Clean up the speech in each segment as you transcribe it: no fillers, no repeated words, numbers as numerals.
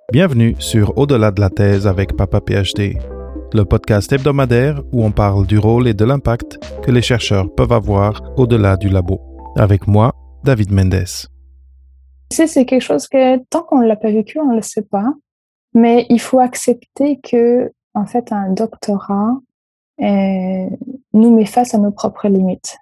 Bienvenue sur Au-delà de la thèse avec Papa PhD, le podcast hebdomadaire où on parle du rôle et de l'impact que les chercheurs peuvent avoir au-delà du labo. Avec moi, David Mendes. Tu sais, c'est quelque chose que tant qu'on ne l'a pas vécu, on ne le sait pas. Mais il faut accepter que, en fait, un doctorat nous met face à nos propres limites.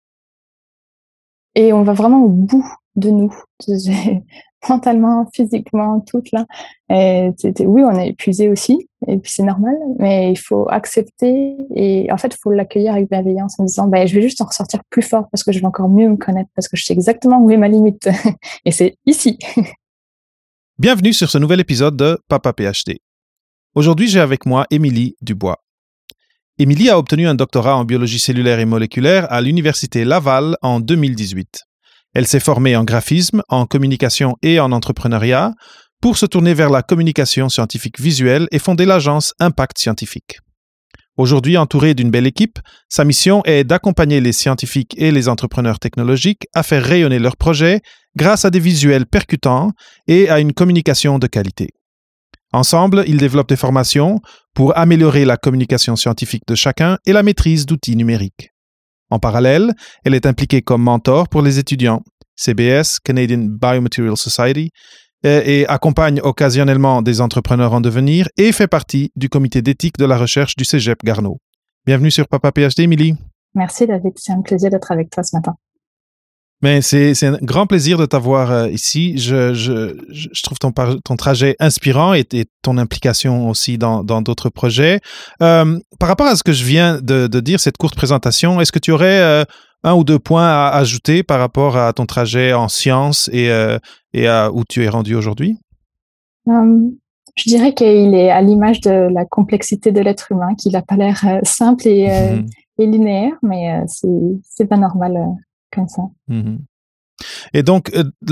Et on va vraiment au bout de nous, mentalement, physiquement, tout là. Oui, on est épuisé aussi, et puis c'est normal, mais il faut accepter et en fait, il faut l'accueillir avec bienveillance en disant, je vais juste en ressortir plus fort parce que je vais encore mieux me connaître, parce que je sais exactement où est ma limite. Et c'est ici. Bienvenue sur ce nouvel épisode de Papa PhD. Aujourd'hui, j'ai avec moi Émilie Dubois. Émilie a obtenu un doctorat en biologie cellulaire et moléculaire à l'Université Laval en 2018. Elle s'est formée en graphisme, en communication et en entrepreneuriat pour se tourner vers la communication scientifique visuelle et fonder l'agence Impact Scientifique. Aujourd'hui, entourée d'une belle équipe, sa mission est d'accompagner les scientifiques et les entrepreneurs technologiques à faire rayonner leurs projets grâce à des visuels percutants et à une communication de qualité. Ensemble, ils développent des formations pour améliorer la communication scientifique de chacun et la maîtrise d'outils numériques. En parallèle, elle est impliquée comme mentor pour les étudiants, CBS, Canadian Biomaterial Society, et accompagne occasionnellement des entrepreneurs en devenir et fait partie du comité d'éthique de la recherche du Cégep Garneau. Bienvenue sur Papa PhD, Émilie. Merci David, c'est un plaisir d'être avec toi ce matin. Mais c'est un grand plaisir de t'avoir ici. Je trouve ton trajet inspirant et ton implication aussi dans d'autres projets. Par rapport à ce que je viens de dire, cette courte présentation, est-ce que tu aurais un ou deux points à ajouter par rapport à ton trajet en sciences et à où tu es rendu aujourd'hui? Je dirais qu'il est à l'image de la complexité de l'être humain, qu'il n'a pas l'air simple et linéaire, mais c'est pas normal comme ça. Mm-hmm. Et donc,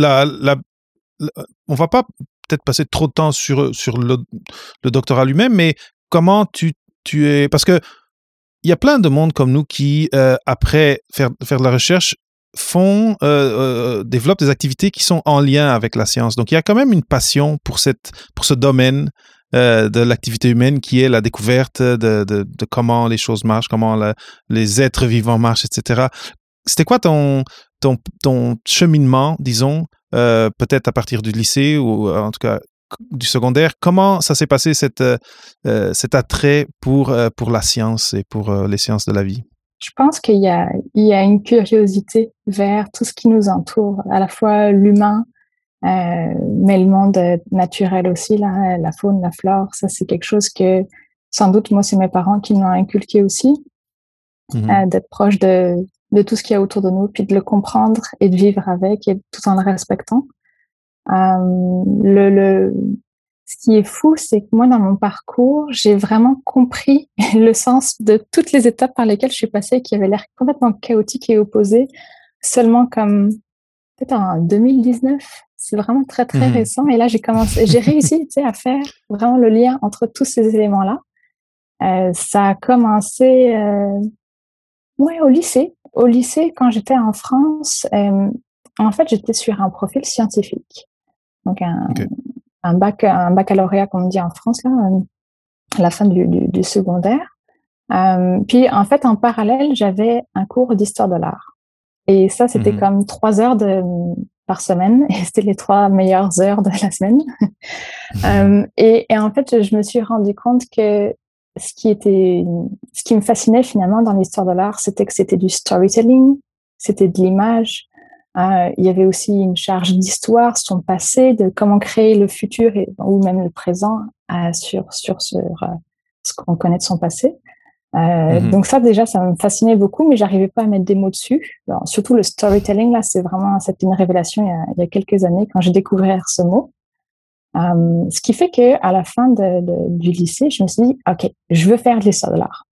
on va pas peut-être passer trop de temps sur le doctorat lui-même, mais comment tu es... Parce que il y a plein de monde comme nous qui, après faire de la recherche, développent des activités qui sont en lien avec la science. Donc, il y a quand même une passion pour ce domaine de l'activité humaine qui est la découverte de comment les choses marchent, comment les êtres vivants marchent, etc. C'était quoi ton cheminement, disons, peut-être à partir du lycée ou en tout cas du secondaire? Comment ça s'est passé cet attrait pour la science et pour les sciences de la vie? Je pense qu'il y a une curiosité vers tout ce qui nous entoure, à la fois l'humain, mais le monde naturel aussi, là, la faune, la flore. Ça, c'est quelque chose que, sans doute, moi, c'est mes parents qui m'ont inculqué aussi, d'être proche de tout ce qu'il y a autour de nous, puis de le comprendre et de vivre avec, et tout en le respectant. Ce qui est fou, c'est que moi, dans mon parcours, j'ai vraiment compris le sens de toutes les étapes par lesquelles je suis passée, qui avaient l'air complètement chaotiques et opposées, seulement comme peut-être en 2019. C'est vraiment très, très récent. Et là, j'ai réussi, à faire vraiment le lien entre tous ces éléments-là. Ça a commencé, au lycée. Au lycée, quand j'étais en France, en fait, j'étais sur un profil scientifique. Donc, un baccalauréat, comme on dit en France, là, à la fin du secondaire. Puis, en fait, en parallèle, j'avais un cours d'histoire de l'art. Et ça, c'était comme 3 heures par semaine. Et c'était les 3 meilleures heures de la semaine. Et en fait, je me suis rendu compte que ce qui me fascinait finalement dans l'histoire de l'art, c'était que c'était du storytelling, c'était de l'image. Il y avait aussi une charge d'histoire, son passé, de comment créer le futur ou même le présent sur ce qu'on connaît de son passé. Donc ça, déjà, ça me fascinait beaucoup, mais j'arrivais pas à mettre des mots dessus. Alors, surtout le storytelling, là, c'était une révélation il y a quelques années quand j'ai découvert ce mot. Ce qui fait qu'à la fin du lycée, je me suis dit, OK, je veux faire de l'histoire de l'art.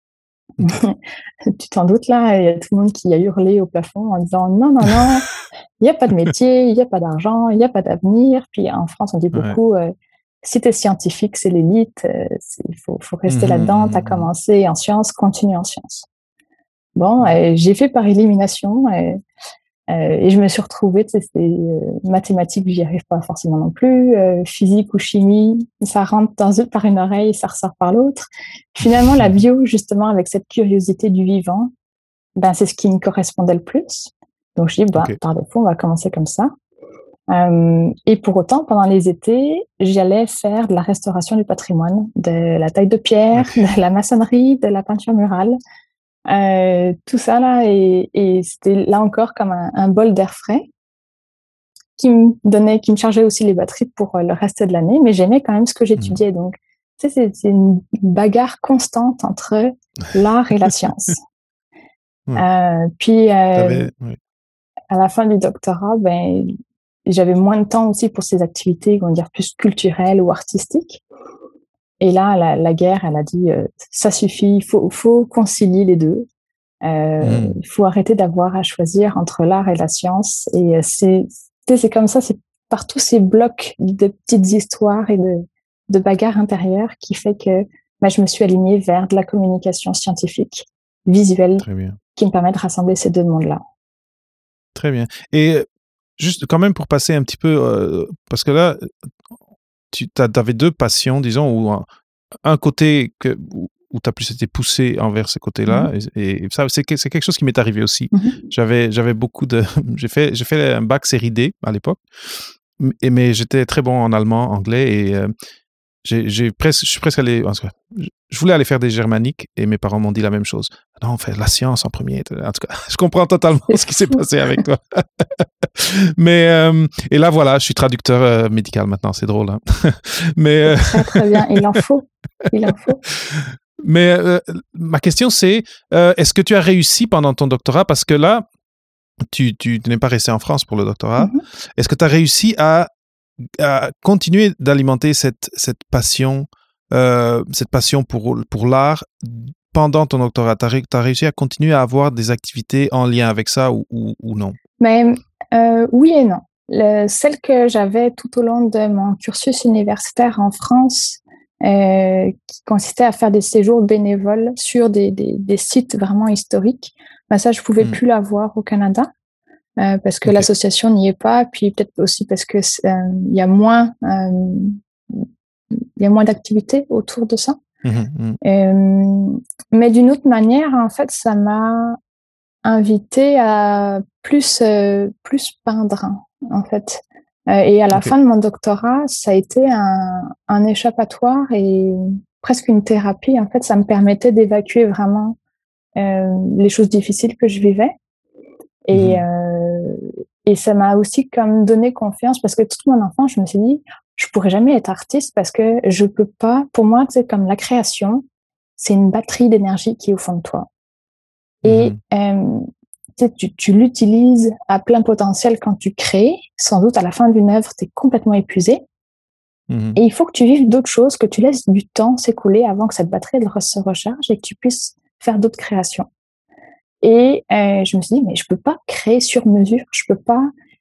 Tu t'en doutes, là, il y a tout le monde qui a hurlé au plafond en disant, non, non, non, il n'y a pas de métier, il n'y a pas d'argent, il n'y a pas d'avenir. Puis en France, on dit beaucoup, si tu es scientifique, c'est l'élite, il faut rester là-dedans, tu as commencé en sciences, continue en sciences. Bon, j'ai fait par élimination. Et je me suis retrouvée, tu sais, mathématiques, j'y arrive pas forcément non plus. Physique ou chimie, ça rentre par une oreille et ça ressort par l'autre. Finalement, la bio, justement, avec cette curiosité du vivant, ben, c'est ce qui me correspondait le plus. Donc, je dis, par défaut, on va commencer comme ça. Et pour autant, pendant les étés, j'allais faire de la restauration du patrimoine, de la taille de pierre, de la maçonnerie, de la peinture murale. Tout ça là, et c'était là encore comme un bol d'air frais qui me chargeait aussi les batteries pour le reste de l'année, mais j'aimais quand même ce que j'étudiais. Donc, tu sais, c'est une bagarre constante entre l'art et la science. Puis, à la fin du doctorat, ben, j'avais moins de temps aussi pour ces activités, on va dire, plus culturelles ou artistiques. Et là, la guerre, elle a dit, ça suffit, il faut concilier les deux. Il faut arrêter d'avoir à choisir entre l'art et la science. Et c'est comme ça, c'est par tous ces blocs de petites histoires et de bagarres intérieures qui fait que je me suis alignée vers de la communication scientifique, visuelle, qui me permet de rassembler ces deux mondes-là. Très bien. Et juste quand même pour passer un petit peu, parce que là, tu avais deux passions, disons, ou un côté où tu as plus été poussé envers ce côté-là, et ça, c'est quelque chose qui m'est arrivé aussi. J'avais beaucoup de... J'ai fait un bac série D à l'époque, mais j'étais très bon en allemand, anglais, et je suis presque allé... Je voulais aller faire des germaniques, et mes parents m'ont dit la même chose. Non, on fait la science en premier. En tout cas, je comprends totalement ce qui s'est passé avec toi. Mais, et là, voilà, je suis traducteur médical maintenant, c'est drôle. Hein. Mais, très, très bien, il en faut. Mais ma question, c'est, est-ce que tu as réussi pendant ton doctorat? Parce que là, tu n'es pas resté en France pour le doctorat. Est-ce que tu as réussi à continuer d'alimenter cette passion pour l'art pendant ton doctorat? Tu as réussi à continuer à avoir des activités en lien avec ça ou non? Mais oui et non. Celle que j'avais tout au long de mon cursus universitaire en France, qui consistait à faire des séjours bénévoles sur des sites vraiment historiques, ça, je ne pouvais plus l'avoir au Canada parce que l'association n'y est pas, puis peut-être aussi parce que y a moins d'activités autour de ça. Mais d'une autre manière, en fait, ça m'a invité à plus peindre, en fait. Et à la fin de mon doctorat, ça a été un échappatoire et presque une thérapie. En fait, ça me permettait d'évacuer vraiment les choses difficiles que je vivais. Et ça m'a aussi comme donné confiance parce que toute mon enfance, je me suis dit, je pourrais jamais être artiste parce que je peux pas. Pour moi, c'est comme la création, c'est une batterie d'énergie qui est au fond de toi. Et tu l'utilises à plein potentiel quand tu crées. Sans doute, à la fin d'une œuvre, tu es complètement épuisé. Et il faut que tu vives d'autres choses, que tu laisses du temps s'écouler avant que cette batterie elle se recharge et que tu puisses faire d'autres créations. Et je me suis dit, mais je peux pas créer sur mesure. Je peux pas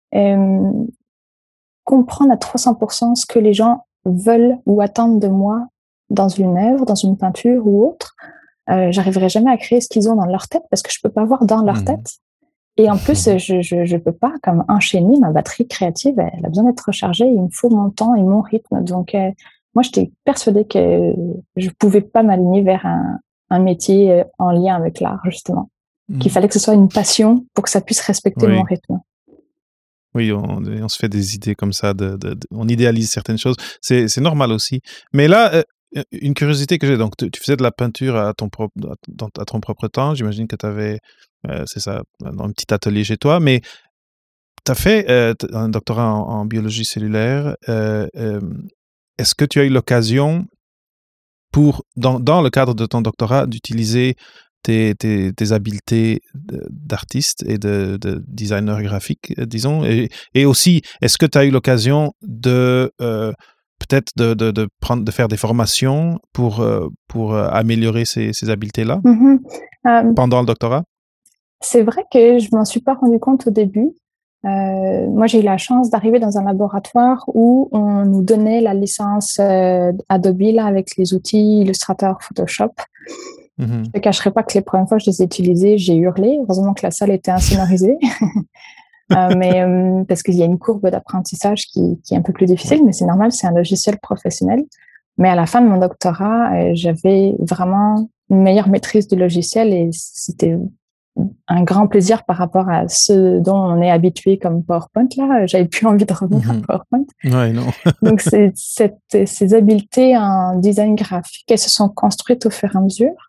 comprendre à 300% ce que les gens veulent ou attendent de moi dans une œuvre, dans une peinture ou autre. J'arriverai jamais à créer ce qu'ils ont dans leur tête parce que je peux pas voir dans leur tête. Et en plus, je peux pas comme enchaîner ma batterie créative. Elle a besoin d'être rechargée. Il me faut mon temps et mon rythme. Donc, moi, j'étais persuadée que je pouvais pas m'aligner vers un métier en lien avec l'art, justement. Qu'il fallait que ce soit une passion pour que ça puisse respecter mon rythme. Oui, on se fait des idées comme ça, on idéalise certaines choses. C'est normal aussi. Mais là, une curiosité que j'ai, donc tu faisais de la peinture à ton propre temps. J'imagine que tu avais, c'est ça, un petit atelier chez toi. Mais tu as fait un doctorat en biologie cellulaire. Est-ce que tu as eu l'occasion, dans le cadre de ton doctorat, d'utiliser tes habiletés d'artiste et de designer graphique, disons, et aussi, est-ce que tu as eu l'occasion de peut-être de faire des formations pour améliorer ces habiletés-là pendant le doctorat? C'est vrai que je m'en suis pas rendu compte au début. Moi, j'ai eu la chance d'arriver dans un laboratoire où on nous donnait la licence Adobe là, avec les outils Illustrator, Photoshop. Je ne cacherai pas que les premières fois que je les ai utilisés, j'ai hurlé. Heureusement que la salle était insonorisée. Parce qu'il y a une courbe d'apprentissage qui est un peu plus difficile, mais c'est normal, c'est un logiciel professionnel. Mais à la fin de mon doctorat, j'avais vraiment une meilleure maîtrise du logiciel et c'était un grand plaisir par rapport à ce dont on est habitué comme PowerPoint. Là, j'avais plus envie de revenir à PowerPoint. Ouais, non. Donc, ces habiletés en design graphique, elles se sont construites au fur et à mesure.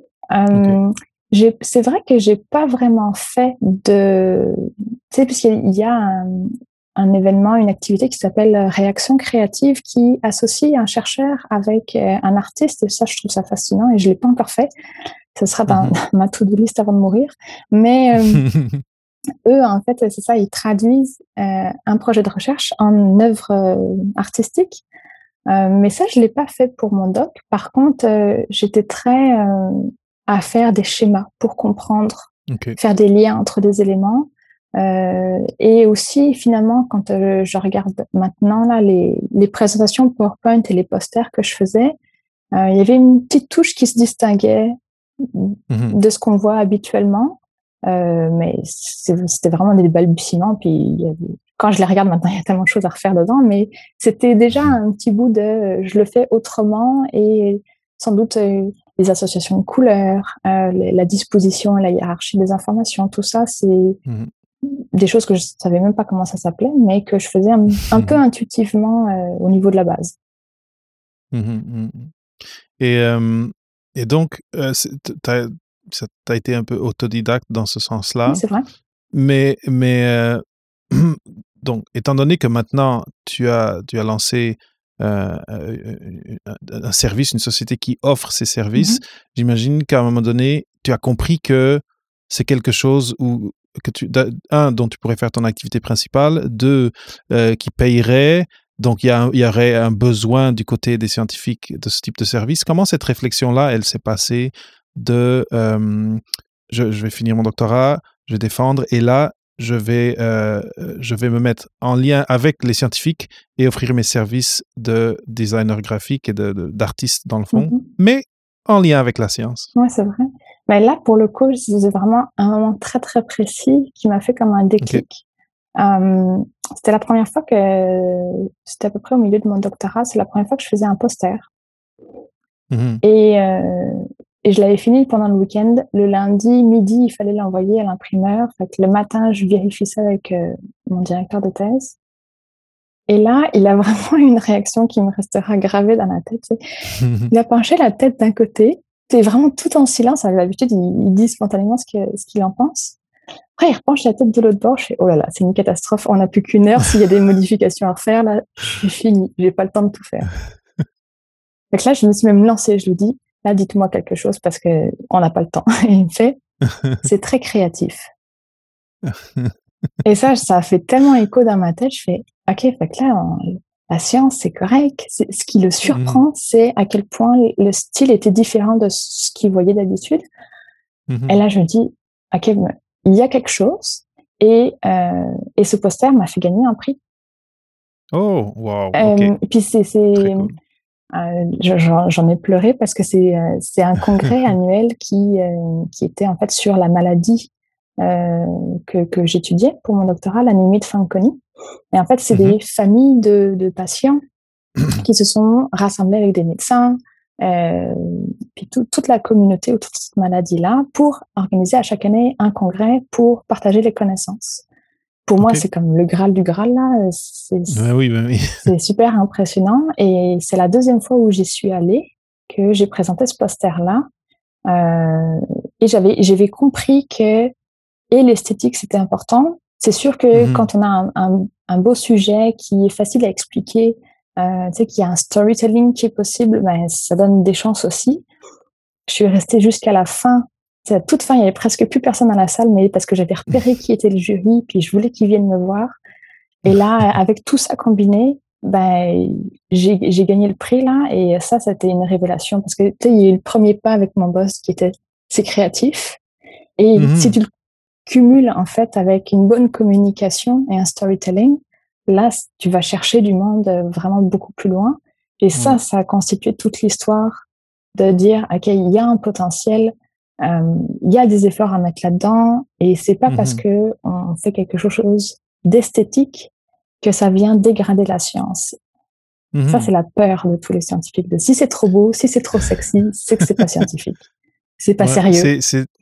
C'est vrai que j'ai pas vraiment fait de... Tu sais, puisqu'il y a un événement, une activité qui s'appelle Réaction créative qui associe un chercheur avec un artiste. Et ça, je trouve ça fascinant et je l'ai pas encore fait. Ce sera dans ma to-do list avant de mourir. Mais eux, en fait, c'est ça, ils traduisent un projet de recherche en œuvre artistique. Mais ça, je l'ai pas fait pour mon doc. Par contre, j'étais très à faire des schémas pour comprendre, faire des liens entre des éléments. Et aussi, finalement, quand je regarde maintenant là, les présentations PowerPoint et les posters que je faisais, il y avait une petite touche qui se distinguait de ce qu'on voit habituellement. Mais c'était vraiment des balbutiements. Puis quand je les regarde maintenant, il y a tellement de choses à refaire dedans. Mais c'était déjà un petit bout de je le fais autrement et sans doute les associations de couleurs, la disposition, la hiérarchie des informations, tout ça, c'est des choses que je savais même pas comment ça s'appelait, mais que je faisais un peu intuitivement au niveau de la base. Et donc, tu as été un peu autodidacte dans ce sens-là. Oui, c'est vrai. Mais donc, étant donné que maintenant, tu as lancé un service, une société qui offre ces services, j'imagine qu'à un moment donné, tu as compris que c'est quelque chose dont tu pourrais faire ton activité principale, qui payerait. Donc, il y aurait un besoin du côté des scientifiques de ce type de service. Comment cette réflexion-là, elle s'est passée de je vais finir mon doctorat, je vais défendre, et là, je vais me mettre en lien avec les scientifiques et offrir mes services de designer graphique et d'artiste dans le fond, mais en lien avec la science. Oui, c'est vrai. Mais là, pour le coup, c'est vraiment un moment très, très précis qui m'a fait comme un déclic. C'était la première fois c'était à peu près au milieu de mon doctorat, c'est la première fois que je faisais un poster. Et je l'avais fini pendant le week-end. Le lundi, midi, il fallait l'envoyer à l'imprimeur. Fait que le matin, je vérifie ça avec mon directeur de thèse. Et là, il a vraiment une réaction qui me restera gravée dans la tête. Il a penché la tête d'un côté. C'est vraiment tout en silence. À l'habitude, il dit spontanément ce qu'il en pense. Après, il repenche la tête de l'autre bord. Je fais, oh là là, c'est une catastrophe. On n'a plus qu'une heure. S'il y a des modifications à refaire, là, je suis finie. J'ai pas le temps de tout faire. Donc là, je me suis même lancée. Je lui dis, là, dites-moi quelque chose parce qu'on n'a pas le temps. Et il me fait, c'est très créatif. Et ça a fait tellement écho dans ma tête. Je fais, ok, fait que là, la science, c'est correct. Ce qui le surprend, c'est à quel point le style était différent de ce qu'il voyait d'habitude. Et là, je me dis, ok, il y a quelque chose. Et ce poster m'a fait gagner un prix. Oh, wow, ok. Et puis Très cool. J'en ai pleuré parce que c'est un congrès annuel qui était en fait sur la maladie que j'étudiais pour mon doctorat, l'anémie de Fanconi. Et en fait, c'est des familles de patients qui se sont rassemblés avec des médecins, puis toute la communauté autour de cette maladie-là pour organiser à chaque année un congrès pour partager les connaissances. Pour moi, c'est comme le Graal du Graal, là. Oui. C'est super impressionnant. Et c'est la deuxième fois où j'y suis allée que j'ai présenté ce poster-là. Et j'avais compris que l'esthétique, c'était important. C'est sûr que quand on a un beau sujet qui est facile à expliquer, tu sais, qu'il y a un storytelling qui est possible, ben, ça donne des chances aussi. Je suis restée jusqu'à la fin. À la toute fin, il n'y avait presque plus personne dans la salle, mais parce que j'avais repéré qui était le jury, puis je voulais qu'ils viennent me voir. Et là, avec tout ça combiné, ben, j'ai gagné le prix, là, et ça, c'était une révélation, parce que, tu sais, il y a eu le premier pas avec mon boss qui était, c'est créatif. Et si tu le cumules, en fait, avec une bonne communication et un storytelling, là, tu vas chercher du monde vraiment beaucoup plus loin. Et ça a constitué toute l'histoire de dire, OK, il y a un potentiel Il y a des efforts à mettre là-dedans et c'est pas parce que on fait quelque chose d'esthétique que ça vient dégrader la science. Ça, c'est la peur de tous les scientifiques. De si c'est trop beau, si c'est trop sexy, c'est que c'est pas scientifique. C'est pas sérieux.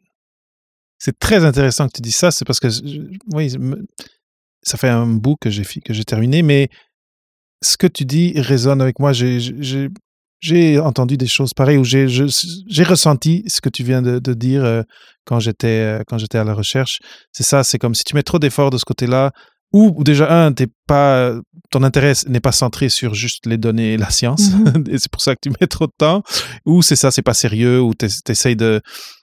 C'est très intéressant que tu dises ça. C'est parce que oui, ça fait un bout que j'ai terminé, mais ce que tu dis résonne avec moi. J'ai entendu des choses pareilles, ou j'ai ressenti ce que tu viens de dire quand j'étais à la recherche. C'est ça, c'est comme si tu mets trop d'efforts de ce côté-là, ou déjà, ton intérêt n'est pas centré sur juste les données et la science, et c'est pour ça que tu mets trop de temps, ou c'est ça, c'est pas sérieux, ou t'essayes de...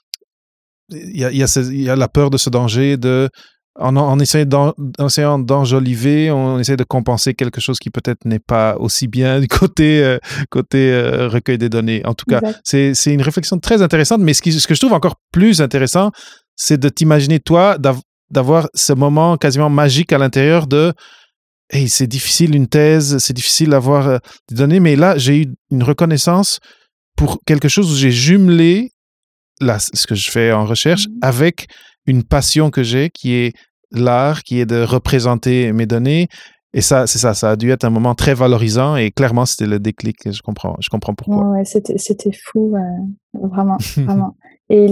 Il y a la peur de ce danger, en essayant d'enjoliver, on essaie de compenser quelque chose qui peut-être n'est pas aussi bien du côté recueil des données. En tout cas, c'est une réflexion très intéressante, mais ce que je trouve encore plus intéressant, c'est de t'imaginer, toi, d'avoir ce moment quasiment magique à l'intérieur de « Hey, c'est difficile une thèse, c'est difficile d'avoir des données, mais là, j'ai eu une reconnaissance pour quelque chose où j'ai jumelé ce que je fais en recherche avec une passion que j'ai, qui est l'art, qui est de représenter mes données. » Et ça, c'est ça, ça a dû être un moment très valorisant et clairement, c'était le déclic. Je comprends pourquoi. Ouais, c'était fou, vraiment, vraiment. Et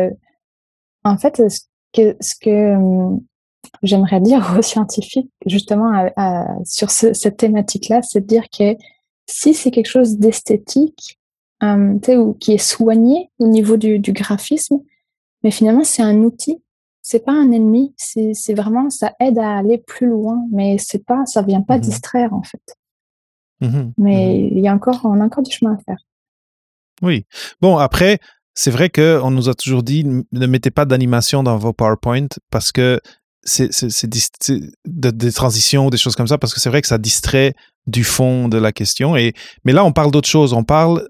en fait, ce que j'aimerais dire aux scientifiques, justement, sur cette thématique-là, c'est de dire que si c'est quelque chose d'esthétique, ou qui est soigné au niveau du graphisme, mais finalement, c'est un outil, c'est pas un ennemi, c'est vraiment, ça aide à aller plus loin, mais ça vient pas distraire, en fait. Mais on a encore du chemin à faire. Oui. Bon, après, c'est vrai qu'on nous a toujours dit ne mettez pas d'animation dans vos PowerPoint parce que c'est des transitions ou des choses comme ça, parce que c'est vrai que ça distrait du fond de la question. Mais là, on parle d'autre chose. On parle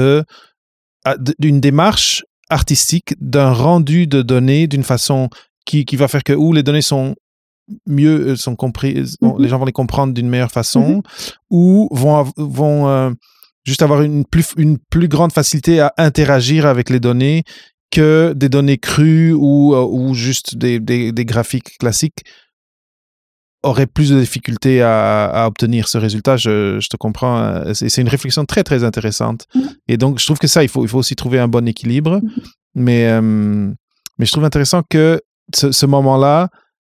d'une démarche artistique, d'un rendu de données d'une façon qui va faire que les données sont mieux, sont comprises, les gens vont les comprendre d'une meilleure façon, ou vont juste avoir une plus grande facilité à interagir avec les données que des données crues ou juste des graphiques classiques auraient plus de difficultés à obtenir ce résultat. Je te comprends. C'est une réflexion très, très intéressante. Et donc, je trouve que ça, il faut aussi trouver un bon équilibre. Mais je trouve intéressant que ce moment-là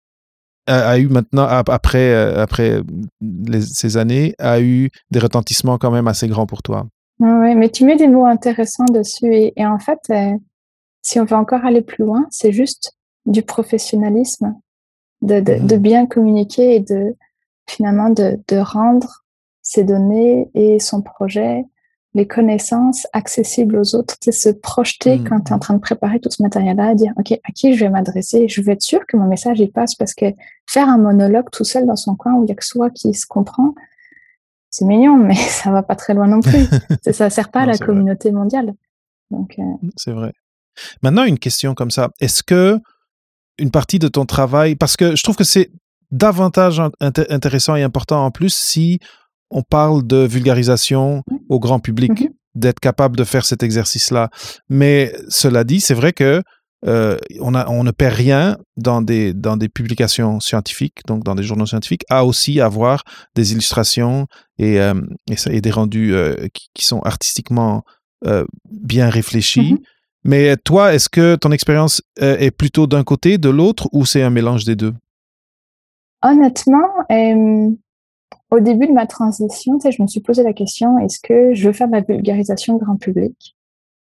a eu maintenant, après ces années, a eu des retentissements quand même assez grands pour toi. Oui, mais tu mets des mots intéressants dessus. Et en fait, si on veut encore aller plus loin, c'est juste du professionnalisme, de bien communiquer et finalement de rendre ses données et son projet, les connaissances accessibles aux autres. C'est se projeter quand tu es en train de préparer tout ce matériel-là, dire « Ok, à qui je vais m'adresser? Je veux être sûr que mon message y passe, parce que faire un monologue tout seul dans son coin où il n'y a que soi qui se comprend, c'est mignon, mais ça va pas très loin non plus. Ça sert pas à la communauté mondiale. » Donc, c'est vrai. Maintenant, une question comme ça. Est-ce que une partie de ton travail, parce que je trouve que c'est davantage intéressant et important en plus si on parle de vulgarisation au grand public, d'être capable de faire cet exercice-là. Mais cela dit, c'est vrai que on ne perd rien dans des publications scientifiques, donc dans des journaux scientifiques, à aussi avoir des illustrations et des rendus qui sont artistiquement bien réfléchis. Mais toi, est-ce que ton expérience est plutôt d'un côté, de l'autre, ou c'est un mélange des deux? Honnêtement, au début de ma transition, je me suis posé la question, est-ce que je veux faire de la vulgarisation grand public?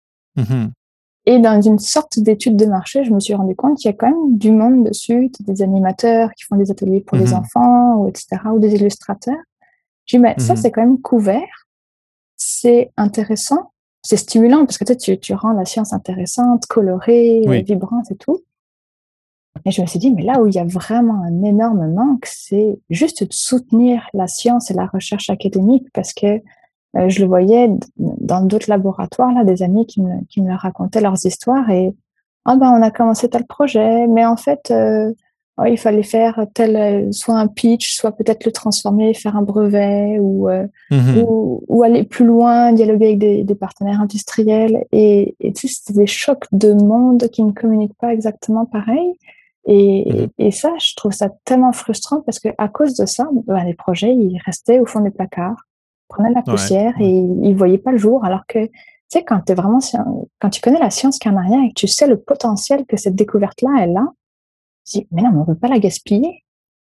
Et dans une sorte d'étude de marché, je me suis rendu compte qu'il y a quand même du monde dessus, des animateurs qui font des ateliers pour les enfants, ou etc., ou des illustrateurs. J'ai dit, mais ça, c'est quand même couvert, c'est intéressant, c'est stimulant, parce que tu rends la science intéressante, colorée, vibrante et tout. Et je me suis dit, mais là où il y a vraiment un énorme manque, c'est juste de soutenir la science et la recherche académique, parce que je le voyais dans d'autres laboratoires, là, des amis qui me racontaient leurs histoires, et on a commencé tel projet, mais en fait, il fallait faire soit un pitch, soit peut-être le transformer, faire un brevet ou aller plus loin, dialoguer avec des partenaires industriels. Et tu sais, c'était des chocs de monde qui ne communiquent pas exactement pareil. Et ça, je trouve ça tellement frustrant parce qu'à cause de ça, les projets, ils restaient au fond des placards, prenaient la poussière et ils ne voyaient pas le jour. Alors que, tu sais, quand tu connais la science qu'il y en a rien et que tu sais le potentiel que cette découverte-là, elle a, je dis, mais non, mais on ne peut pas la gaspiller.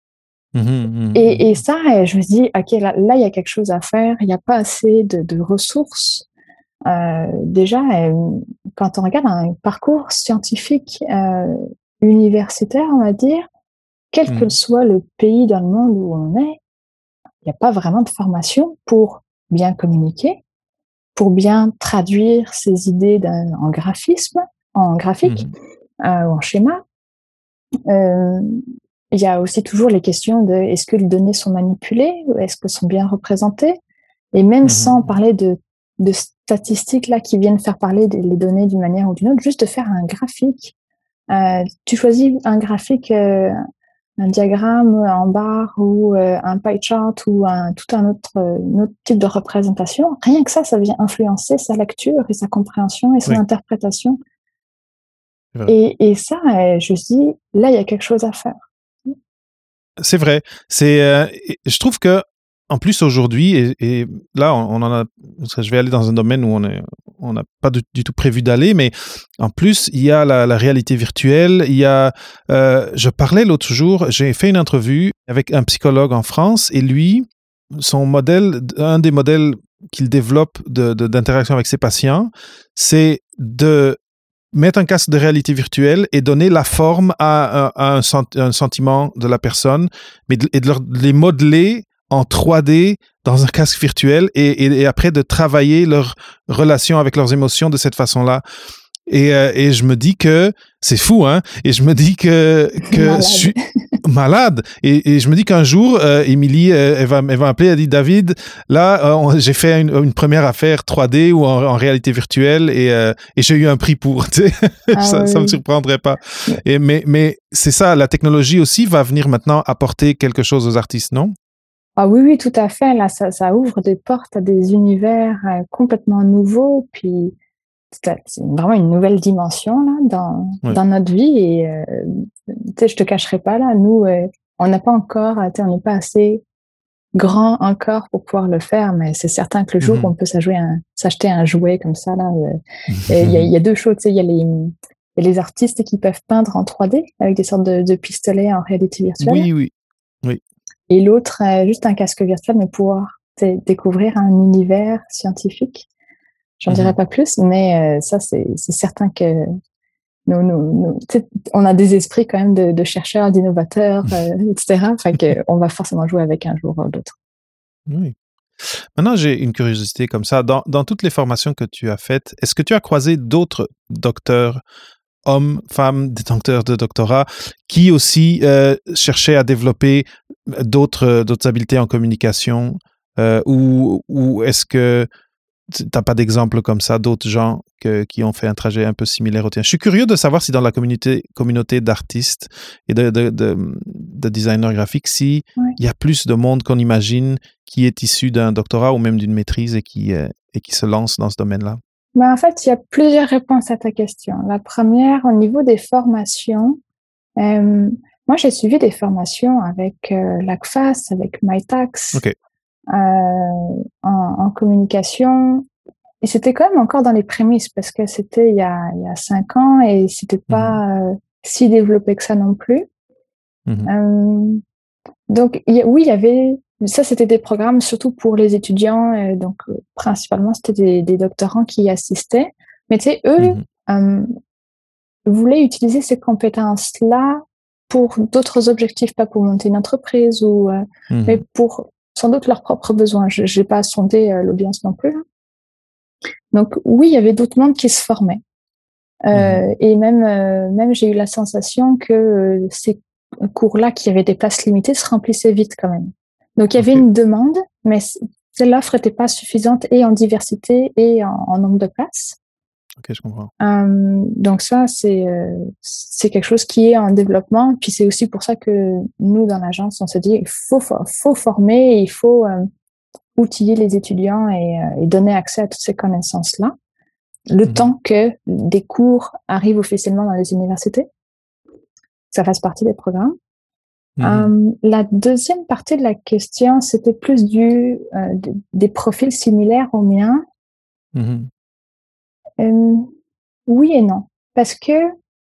Et ça, je me dis, OK, là, il y a quelque chose à faire. Il n'y a pas assez de ressources. Déjà, quand on regarde un parcours scientifique universitaire, on va dire, quel que soit le pays dans le monde où on est, il n'y a pas vraiment de formation pour bien communiquer, pour bien traduire ses idées en graphisme, en graphique ou en schéma. Il y a aussi toujours les questions de est-ce que les données sont manipulées, est-ce qu'elles sont bien représentées, et même sans parler de statistiques là qui viennent faire parler les données d'une manière ou d'une autre, juste de faire un graphique. Tu choisis un graphique, un diagramme en barre ou un pie chart ou tout un autre type de représentation. Rien que ça vient influencer sa lecture et sa compréhension et son interprétation. Et ça, je me dis, là, il y a quelque chose à faire. C'est vrai. Je trouve que, en plus aujourd'hui, et là, on en a, je vais aller dans un domaine où on n'a pas du tout prévu d'aller, mais en plus, il y a la réalité virtuelle. Je parlais l'autre jour, j'ai fait une entrevue avec un psychologue en France, et lui, un des modèles qu'il développe d'interaction avec ses patients, c'est de mettre un casque de réalité virtuelle et donner la forme à un sentiment de la personne, et de les modeler en 3D dans un casque virtuel et après de travailler leur relation avec leurs émotions de cette façon-là. Et je me dis que c'est fou, hein? Et je me dis que je suis malade. Et je me dis qu'un jour, Émilie, elle va m'appeler, elle dit, David, là, j'ai fait une première affaire 3D ou en réalité virtuelle et j'ai eu un prix pour. Ça me surprendrait pas. Mais c'est ça, la technologie aussi va venir maintenant apporter quelque chose aux artistes, non? Ah oui, tout à fait. Là, ça ouvre des portes à des univers complètement nouveaux. Puis, c'est vraiment une nouvelle dimension là, dans notre vie. Et je te cacherai pas, là, nous, on n'a pas encore, on n'est pas assez grand encore pour pouvoir le faire, mais c'est certain que le jour où on peut s'acheter un jouet comme ça, là, il y a deux choses. Il y a les artistes qui peuvent peindre en 3D avec des sortes de pistolets en réalité virtuelle. Oui. Et l'autre, juste un casque virtuel, mais pouvoir découvrir un univers scientifique. J'en dirai pas plus, mais ça, c'est certain que on a des esprits quand même de chercheurs, d'innovateurs, etc. Enfin, qu'on va forcément jouer avec un jour ou l'autre. Oui. Maintenant, j'ai une curiosité comme ça. Dans toutes les formations que tu as faites, est-ce que tu as croisé d'autres docteurs, hommes, femmes, des docteurs de doctorat, qui aussi cherchaient à développer d'autres habiletés en communication ou est-ce que tu n'as pas d'exemple comme ça, d'autres gens qui ont fait un trajet un peu similaire au tien? Je suis curieux de savoir si dans la communauté d'artistes et de designers graphiques, s'il y a plus de monde qu'on imagine qui est issu d'un doctorat ou même d'une maîtrise et qui se lance dans ce domaine-là. En fait, il y a plusieurs réponses à ta question. La première, au niveau des formations, moi, j'ai suivi des formations avec l'ACFAS, avec MyTax, en communication. Et c'était quand même encore dans les prémices parce que c'était il y a 5 ans et c'était pas si développé que ça non plus. Donc, oui, il y avait... Ça, c'était des programmes surtout pour les étudiants. Donc, principalement, c'était des doctorants qui y assistaient. Mais tu sais, eux voulaient utiliser ces compétences-là pour d'autres objectifs, pas pour monter une entreprise, mais pour sans doute leurs propres besoins. Je n'ai pas sondé l'audience non plus. Donc, oui, il y avait d'autres mondes qui se formaient. Et même j'ai eu la sensation que ces cours-là, qui avaient des places limitées, se remplissaient vite quand même. Donc, il y avait une demande, mais l'offre n'était pas suffisante et en diversité et en nombre de places. Ok, je comprends. Donc ça, c'est quelque chose qui est en développement. Puis c'est aussi pour ça que nous, dans l'agence, on se dit, il faut former, il faut outiller les étudiants et donner accès à toutes ces connaissances-là, le temps que des cours arrivent officiellement dans les universités, que ça fasse partie des programmes. La deuxième partie de la question, c'était plus des profils similaires aux miens. Oui et non. Parce que,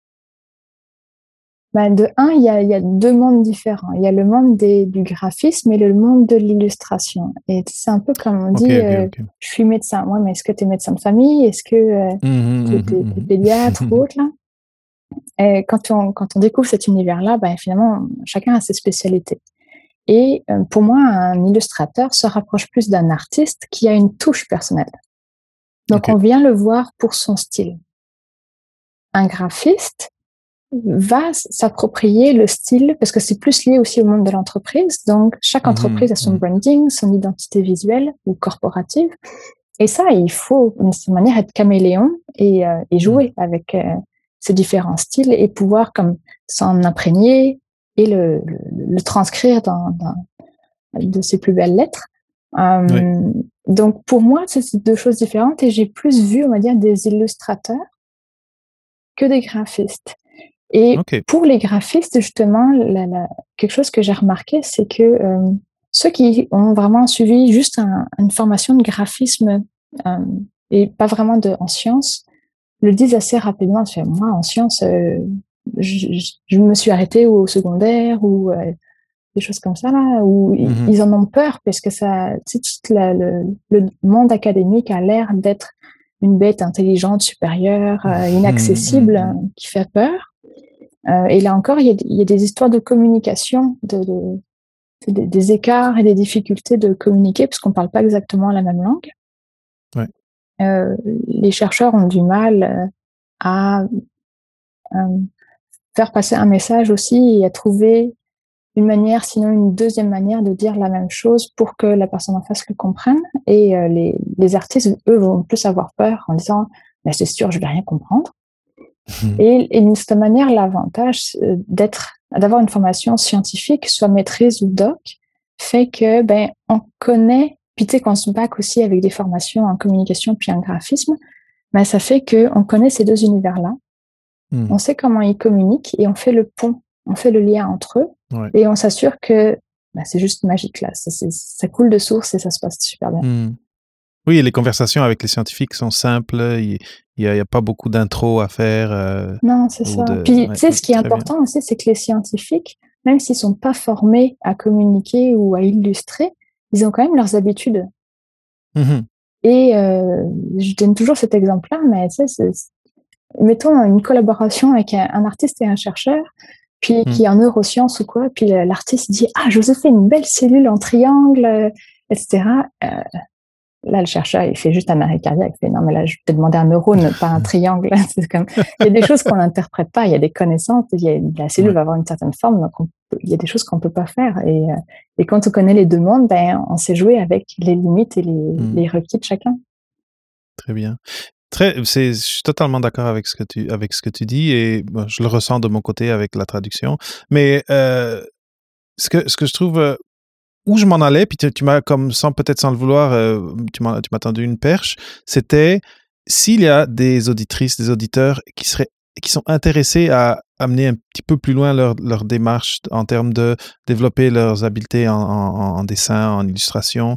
de un, il y a deux mondes différents. Il y a le monde du graphisme et le monde de l'illustration. Et c'est un peu comme on dit, Ok. je suis médecin. Ouais, mais est-ce que tu es médecin de famille? Est-ce que tu es pédiatre ou autre, là? Et quand on découvre cet univers-là, finalement, chacun a ses spécialités. Et pour moi, un illustrateur se rapproche plus d'un artiste qui a une touche personnelle. Donc, on vient le voir pour son style. Un graphiste va s'approprier le style parce que c'est plus lié aussi au monde de l'entreprise. Donc, chaque entreprise a son branding, son identité visuelle ou corporative. Et ça, il faut, d'une certaine manière, être caméléon et jouer avec ces différents styles et pouvoir comme s'en imprégner et le transcrire de ses plus belles lettres. Donc, pour moi, c'est deux choses différentes et j'ai plus vu, on va dire, des illustrateurs que des graphistes. Et pour les graphistes, justement, quelque chose que j'ai remarqué, c'est que ceux qui ont vraiment suivi juste une formation de graphisme et pas vraiment en sciences, le disent assez rapidement. Moi, en sciences, je me suis arrêtée au secondaire ou des choses comme ça, là, où ils en ont peur parce que ça, tout le monde académique a l'air d'être une bête intelligente, supérieure, inaccessible, qui fait peur. Et là encore, il y a des histoires de communication, des écarts et des difficultés de communiquer parce qu'on ne parle pas exactement la même langue. Les chercheurs ont du mal à faire passer un message aussi et à trouver une manière, sinon une deuxième manière de dire la même chose pour que la personne en face le comprenne. Et les artistes, eux, vont plus avoir peur en disant « c'est sûr, je ne vais rien comprendre ». Et d'une certaine manière, l'avantage d'avoir une formation scientifique, soit maîtrise ou doc, fait que on connaît, puis tu sais qu'on se back aussi avec des formations en communication puis en graphisme, ça fait qu'on connaît ces deux univers-là, on sait comment ils communiquent et on fait le pont, on fait le lien entre eux et on s'assure que c'est juste magique là, ça coule de source et ça se passe super bien. Oui, et les conversations avec les scientifiques sont simples, il y a pas beaucoup d'intro à faire. Non, c'est ça. Puis, tu sais, ce qui est important aussi, c'est que les scientifiques, même s'ils sont pas formés à communiquer ou à illustrer, ils ont quand même leurs habitudes. Et je donne toujours cet exemple-là, mais tu sais, mettons une collaboration avec un artiste et un chercheur, puis qui est en neurosciences ou quoi, puis l'artiste dit « Ah, je vous ai fait une belle cellule en triangle, etc. » Là, le chercheur, il fait juste un arrêt cardiaque. Il fait, non, mais là, je vais te demander un neurone, pas un triangle. C'est comme, il y a des choses qu'on n'interprète pas, il y a des connaissances, la cellule va avoir une certaine forme, donc il y a des choses qu'on ne peut pas faire. Et quand on connaît les deux mondes, on sait jouer avec les limites et les requis de chacun. Très bien. Je suis totalement d'accord avec ce que tu dis et je le ressens de mon côté avec la traduction. Mais ce que je trouve où je m'en allais, puis tu m'as comme peut-être sans le vouloir, tu m'as tendu une perche. C'était s'il y a des auditrices, des auditeurs qui sont intéressés à amener un petit peu plus loin leur démarche en termes de développer leurs habiletés en dessin, en illustration.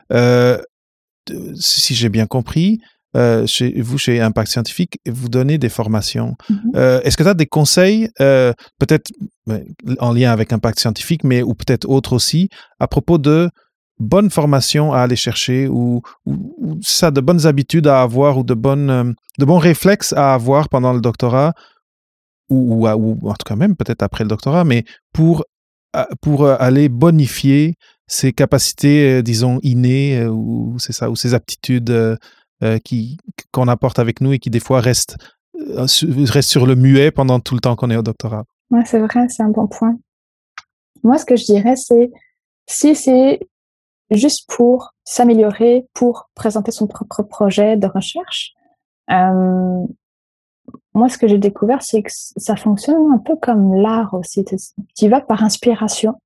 Si j'ai bien compris, chez Impact Scientifique, vous donnez des formations. Est-ce que tu as des conseils, peut-être en lien avec Impact Scientifique, mais ou peut-être autres aussi, à propos de bonnes formations à aller chercher ou ça, de bonnes habitudes à avoir ou de bons réflexes à avoir pendant le doctorat ou en tout cas même peut-être après le doctorat, mais pour aller bonifier ses capacités, disons, innées ou c'est ça, ou ses aptitudes qu'on apporte avec nous et qui des fois restent sur le muet pendant tout le temps qu'on est au doctorat. Ouais, c'est vrai, c'est un bon point. Moi, ce que je dirais, c'est si c'est juste pour s'améliorer, pour présenter son propre projet de recherche, Moi, ce que j'ai découvert, c'est que ça fonctionne un peu comme l'art aussi. Tu y vas par inspiration.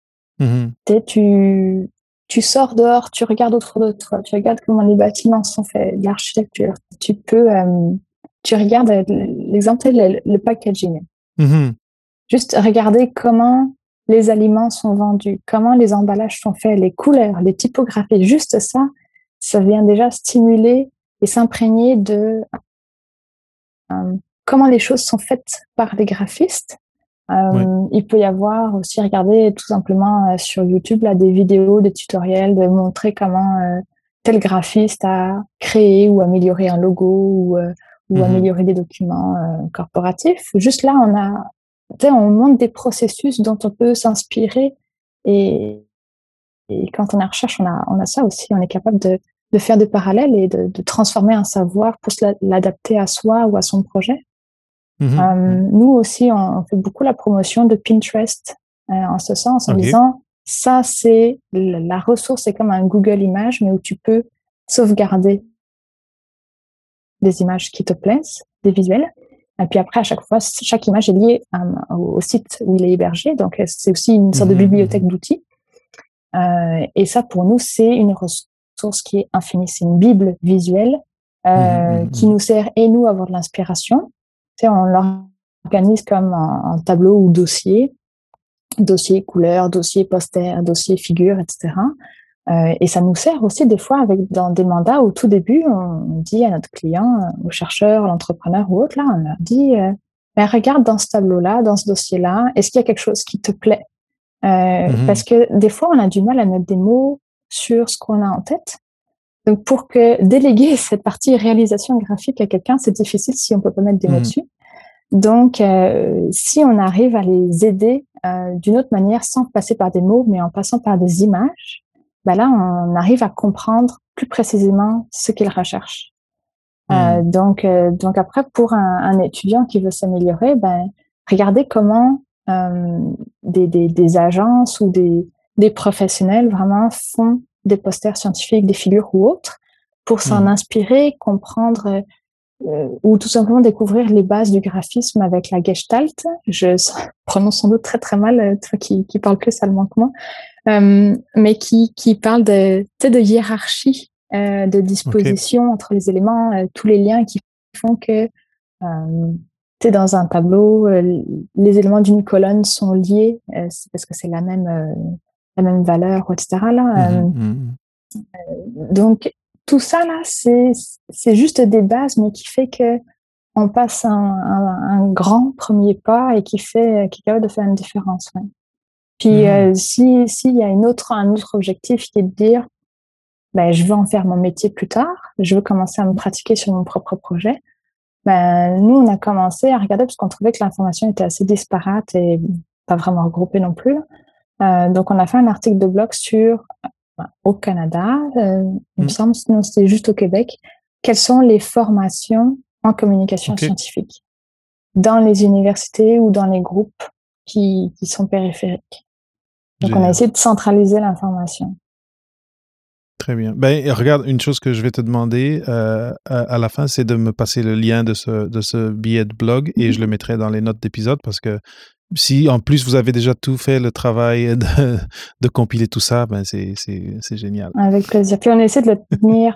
Tu sors dehors, tu regardes autour de toi, tu regardes comment les bâtiments sont faits, l'architecture. Tu regardes l'exemple, le packaging. Juste regarder comment les aliments sont vendus, comment les emballages sont faits, les couleurs, les typographies. Juste ça, ça vient déjà stimuler et s'imprégner de comment les choses sont faites par les graphistes. Il peut y avoir aussi, regarder tout simplement sur YouTube là, des vidéos, des tutoriels, de montrer comment tel graphiste a créé ou amélioré un logo ou amélioré des documents corporatifs. Juste là, on montre des processus dont on peut s'inspirer et quand on est en recherche, on a ça aussi. On est capable de faire des parallèles et de transformer un savoir pour l'adapter à soi ou à son projet. Nous aussi, on fait beaucoup la promotion de Pinterest en ce sens, en disant ça, c'est la ressource, c'est comme un Google Images, mais où tu peux sauvegarder des images qui te plaisent, des visuels. Et puis après, à chaque fois, chaque image est liée au site où il est hébergé. Donc, c'est aussi une sorte de bibliothèque d'outils. Et ça, pour nous, c'est une ressource qui est infinie. C'est une bible visuelle qui nous sert, et nous, à avoir de l'inspiration. On l'organise comme un tableau ou dossier couleur, dossier poster, dossier figure, etc. Et ça nous sert aussi des fois dans des mandats où, au tout début, on dit à notre client, au chercheur, l'entrepreneur ou autre, là, on leur dit regarde dans ce tableau-là, dans ce dossier-là, est-ce qu'il y a quelque chose qui te plaît? Parce que des fois, on a du mal à mettre des mots sur ce qu'on a en tête. Donc, pour déléguer cette partie réalisation graphique à quelqu'un, c'est difficile si on peut pas mettre des mots dessus. Donc, si on arrive à les aider d'une autre manière, sans passer par des mots, mais en passant par des images, là, on arrive à comprendre plus précisément ce qu'ils recherchent. Donc après, pour un étudiant qui veut s'améliorer, regardez comment des agences ou des professionnels vraiment font des posters scientifiques, des figures ou autres, pour s'en inspirer, comprendre ou tout simplement découvrir les bases du graphisme avec la Gestalt. Je prononce sans doute très très mal, toi qui parles plus allemand que moi, mais qui parle de hiérarchie, de disposition entre les éléments, tous les liens qui font que dans un tableau, les éléments d'une colonne sont liés parce que c'est la même valeur, etc. Là, donc, tout ça, là, c'est juste des bases, mais qui fait qu'on passe un grand premier pas et qui est capable de faire une différence. Ouais. Puis, s'il y a un autre objectif qui est de dire je veux en faire mon métier plus tard, je veux commencer à me pratiquer sur mon propre projet, nous, on a commencé à regarder parce qu'on trouvait que l'information était assez disparate et pas vraiment regroupée non plus. Donc, on a fait un article de blog sur, au Canada, il me semble, sinon c'était juste au Québec, quelles sont les formations en communication scientifique dans les universités ou dans les groupes qui sont périphériques. Donc, on a essayé de centraliser l'information. Très bien. Regarde, une chose que je vais te demander à la fin, c'est de me passer le lien de ce billet de blog et je le mettrai dans les notes d'épisode parce que si en plus vous avez déjà tout fait le travail de compiler tout ça, c'est génial. Avec plaisir. Puis on essaie de le tenir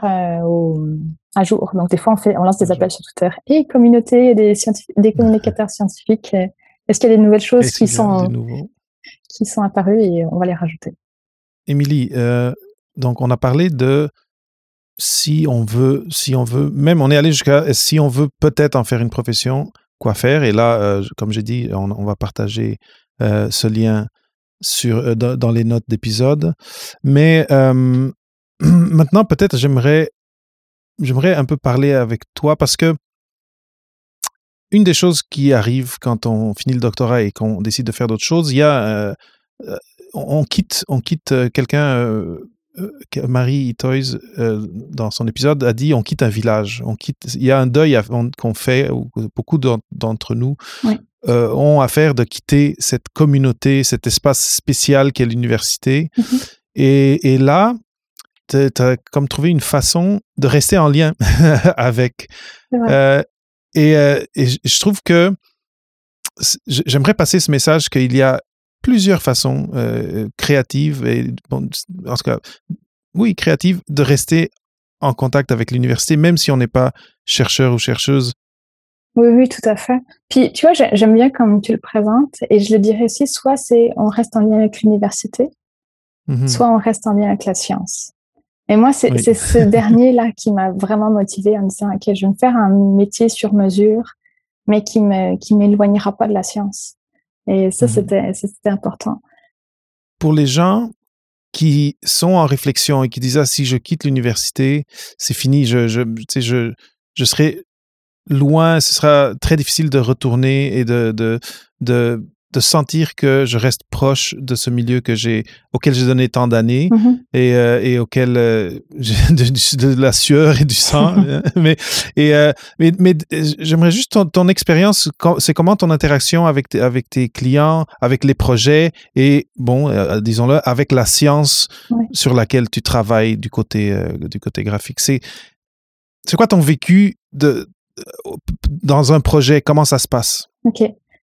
à jour. Donc des fois on lance des appels sur Twitter et communauté des communicateurs scientifiques. Est-ce qu'il y a des nouvelles choses qui sont apparues et on va les rajouter. Émilie, donc on a parlé de si on veut, même on est allé jusqu'à si on veut peut-être en faire une profession, quoi faire. Et là, comme j'ai dit, on va partager ce lien dans les notes d'épisode. Mais maintenant, peut-être, j'aimerais un peu parler avec toi parce que une des choses qui arrive quand on finit le doctorat et qu'on décide de faire d'autres choses, il y a on quitte quelqu'un. Marie Itoiz, dans son épisode, a dit on quitte un village. Il y a un deuil qu'on fait, où beaucoup d'entre nous ont à faire, de quitter cette communauté, cet espace spécial qu'est l'université. Et là, tu as comme trouvé une façon de rester en lien avec C'est vrai. Je trouve que j'aimerais passer ce message qu'il y a plusieurs façons créatives et, bon, en tout cas, oui, créatives, de rester en contact avec l'université, même si on n'est pas chercheur ou chercheuse. Oui, oui, tout à fait. Puis, tu vois, j'aime bien comme tu le présentes, et je le dirais aussi, soit on reste en lien avec l'université, soit on reste en lien avec la science. Et moi, c'est Oui. ce dernier-là qui m'a vraiment motivée en me disant, OK, je vais me faire un métier sur mesure, mais qui m'éloignera pas de la science. Et ça, c'était important. Pour les gens qui sont en réflexion et qui disent, ah, si je quitte l'université, c'est fini, tu sais, je serai loin, ce sera très difficile de retourner et de sentir que je reste proche de ce milieu auquel j'ai donné tant d'années et auquel j'ai de la sueur et du sang. mais j'aimerais juste ton expérience, c'est comment ton interaction avec tes clients, avec les projets et, bon, disons-le, avec la science sur laquelle tu travailles du côté graphique. C'est quoi ton vécu dans un projet? Comment ça se passe? OK.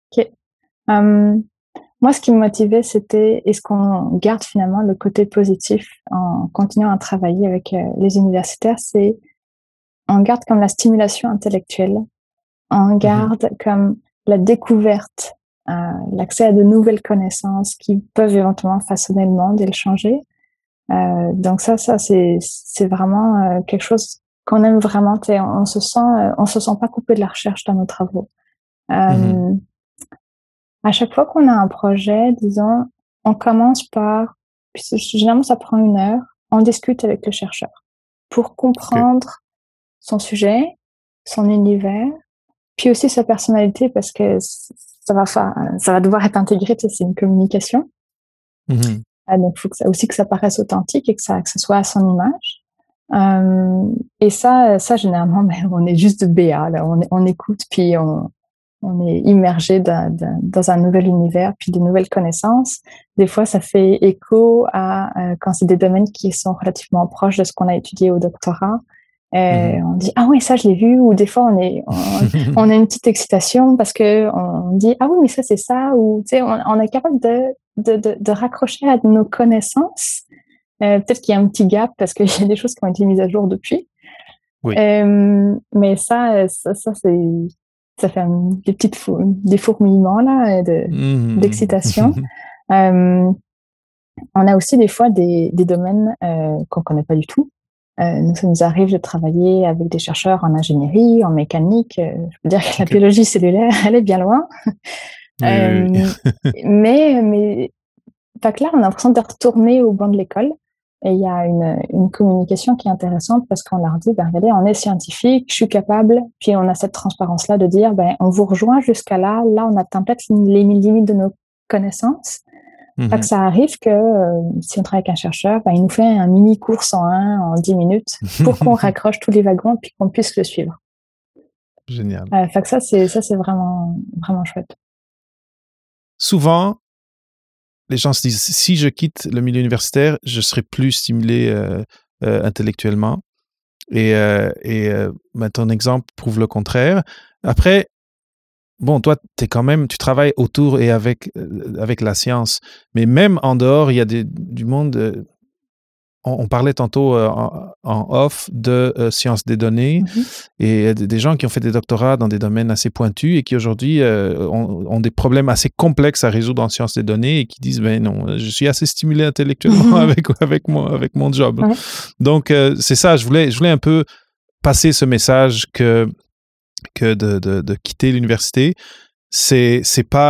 Moi, ce qui me motivait, c'était est-ce qu'on garde finalement le côté positif en continuant à travailler avec les universitaires, c'est on garde comme la stimulation intellectuelle, on garde comme la découverte, l'accès à de nouvelles connaissances qui peuvent éventuellement façonner le monde et le changer. Donc ça c'est vraiment quelque chose qu'on aime vraiment. On se sent pas coupé de la recherche dans nos travaux. À chaque fois qu'on a un projet, disons, on commence par, généralement ça prend 1 heure, on discute avec le chercheur pour comprendre son sujet, son univers, puis aussi sa personnalité, parce que ça va devoir être intégré, c'est une communication. Donc il faut que ça paraisse authentique et que ça soit à son image. Et ça généralement, on est juste BA, là, on écoute, puis on est immergé dans un nouvel univers, puis des nouvelles connaissances. Des fois, ça fait écho à quand c'est des domaines qui sont relativement proches de ce qu'on a étudié au doctorat. On dit ah oui, ça je l'ai vu, ou des fois on a une petite excitation parce que on dit ah oui, mais ça c'est ça, ou tu sais, on est capable de raccrocher à nos connaissances. Peut-être qu'il y a un petit gap parce qu'il y a des choses qui ont été mises à jour depuis. Oui. Mais ça fait des fourmillements là, d'excitation. On a aussi des fois des domaines qu'on connaît pas du tout. Nous, ça nous arrive de travailler avec des chercheurs en ingénierie, en mécanique. Je peux dire que la biologie cellulaire, elle est bien loin. Oui. Mais fait que là, on a l'impression de retourner au banc de l'école. Et il y a une communication qui est intéressante parce qu'on leur dit, regardez, on est scientifique, je suis capable, puis on a cette transparence-là de dire, on vous rejoint jusqu'à là, on atteint peut-être les limites de nos connaissances. Fait que ça arrive que si on travaille avec un chercheur, il nous fait un mini cours 101 en 10 minutes pour qu'on raccroche tous les wagons puis qu'on puisse le suivre. Génial. Fait que ça, c'est vraiment, vraiment chouette. Souvent, les gens se disent, si je quitte le milieu universitaire, je serai plus stimulé intellectuellement. Et ton exemple prouve le contraire. Après, bon, toi, tu travailles autour et avec la science. Mais même en dehors, il y a du monde. On parlait tantôt en off de sciences des données et des gens qui ont fait des doctorats dans des domaines assez pointus et qui aujourd'hui ont des problèmes assez complexes à résoudre en sciences des données et qui disent non, je suis assez stimulé intellectuellement avec mon job. Donc c'est ça, je voulais un peu passer ce message que de quitter l'université, c'est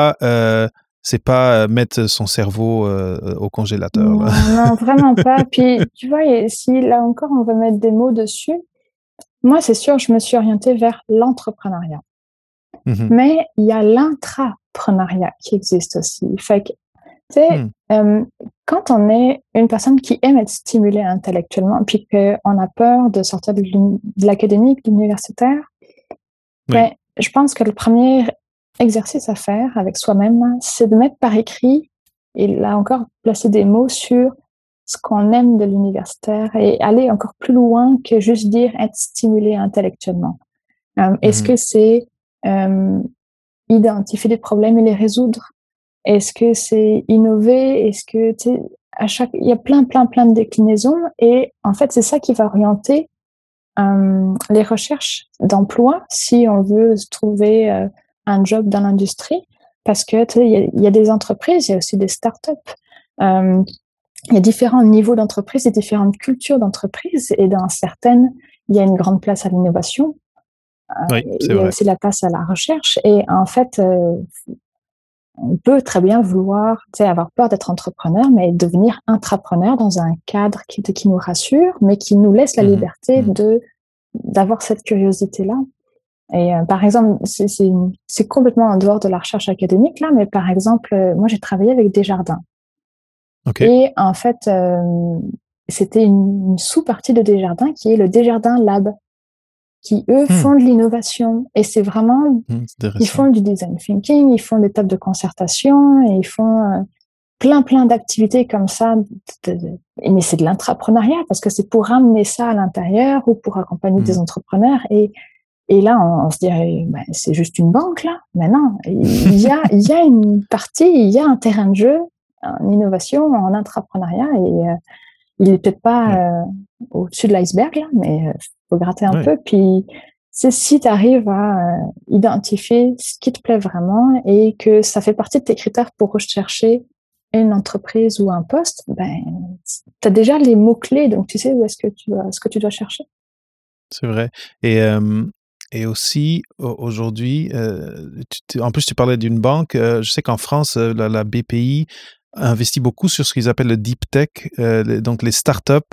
pas mettre son cerveau au congélateur. Non, vraiment pas. Puis, tu vois, si là encore, on veut mettre des mots dessus, moi, c'est sûr, je me suis orientée vers l'entrepreneuriat. Mais il y a l'intrapreneuriat qui existe aussi. Fait que, tu sais, quand on est une personne qui aime être stimulée intellectuellement, puis qu'on a peur de sortir de l'académique, de l'universitaire, je pense que le premier exercice à faire avec soi-même, c'est de mettre par écrit, et là encore, placer des mots sur ce qu'on aime de l'universitaire et aller encore plus loin que juste dire être stimulé intellectuellement. Est-ce que c'est identifier des problèmes et les résoudre? Est-ce que c'est innover? Est-ce que, tu sais, il y a plein de déclinaisons et en fait, c'est ça qui va orienter les recherches d'emploi si on veut se trouver un job dans l'industrie. Parce que, tu sais, il y a des entreprises, il y a aussi des startups. Euh, il y a différents niveaux d'entreprise et différentes cultures d'entreprise et dans certaines, il y a une grande place à l'innovation. Oui, c'est Il y a vrai. aussi la place à la recherche et en fait, on peut très bien vouloir, tu sais, avoir peur d'être entrepreneur, mais devenir intrapreneur dans un cadre qui nous rassure, mais qui nous laisse la Mhm, liberté mhm. d'avoir cette curiosité-là. Et par exemple, c'est complètement en dehors de la recherche académique là, mais par exemple, moi j'ai travaillé avec Desjardins. OK. Et en fait, c'était une sous-partie de Desjardins qui est le Desjardins Lab, qui eux Hmm, font de l'innovation. Et c'est vraiment, c'est ils intéressant. font du design thinking, ils font des tables de concertation, et ils font plein d'activités comme ça. Mais c'est de l'intrapreneuriat parce que c'est pour ramener ça à l'intérieur ou pour accompagner des Mhm. entrepreneurs. Et là, on se dirait, ben, c'est juste une banque là. Mais non, il y a une partie, il y a un terrain de jeu en innovation, en intrapreneuriat. Et il est peut-être Ouais, pas au-dessus de l'iceberg là, mais faut gratter un ouais. peu. Puis c'est si tu arrives à identifier ce qui te plaît vraiment et que ça fait partie de tes critères pour rechercher une entreprise ou un poste, ben tu as déjà les mots-clés, donc tu sais où est-ce que ce que tu dois chercher. C'est vrai. Et, et aussi, aujourd'hui, en plus, tu parlais d'une banque. Je sais qu'en France, la BPI investit beaucoup sur ce qu'ils appellent le deep tech, donc les startups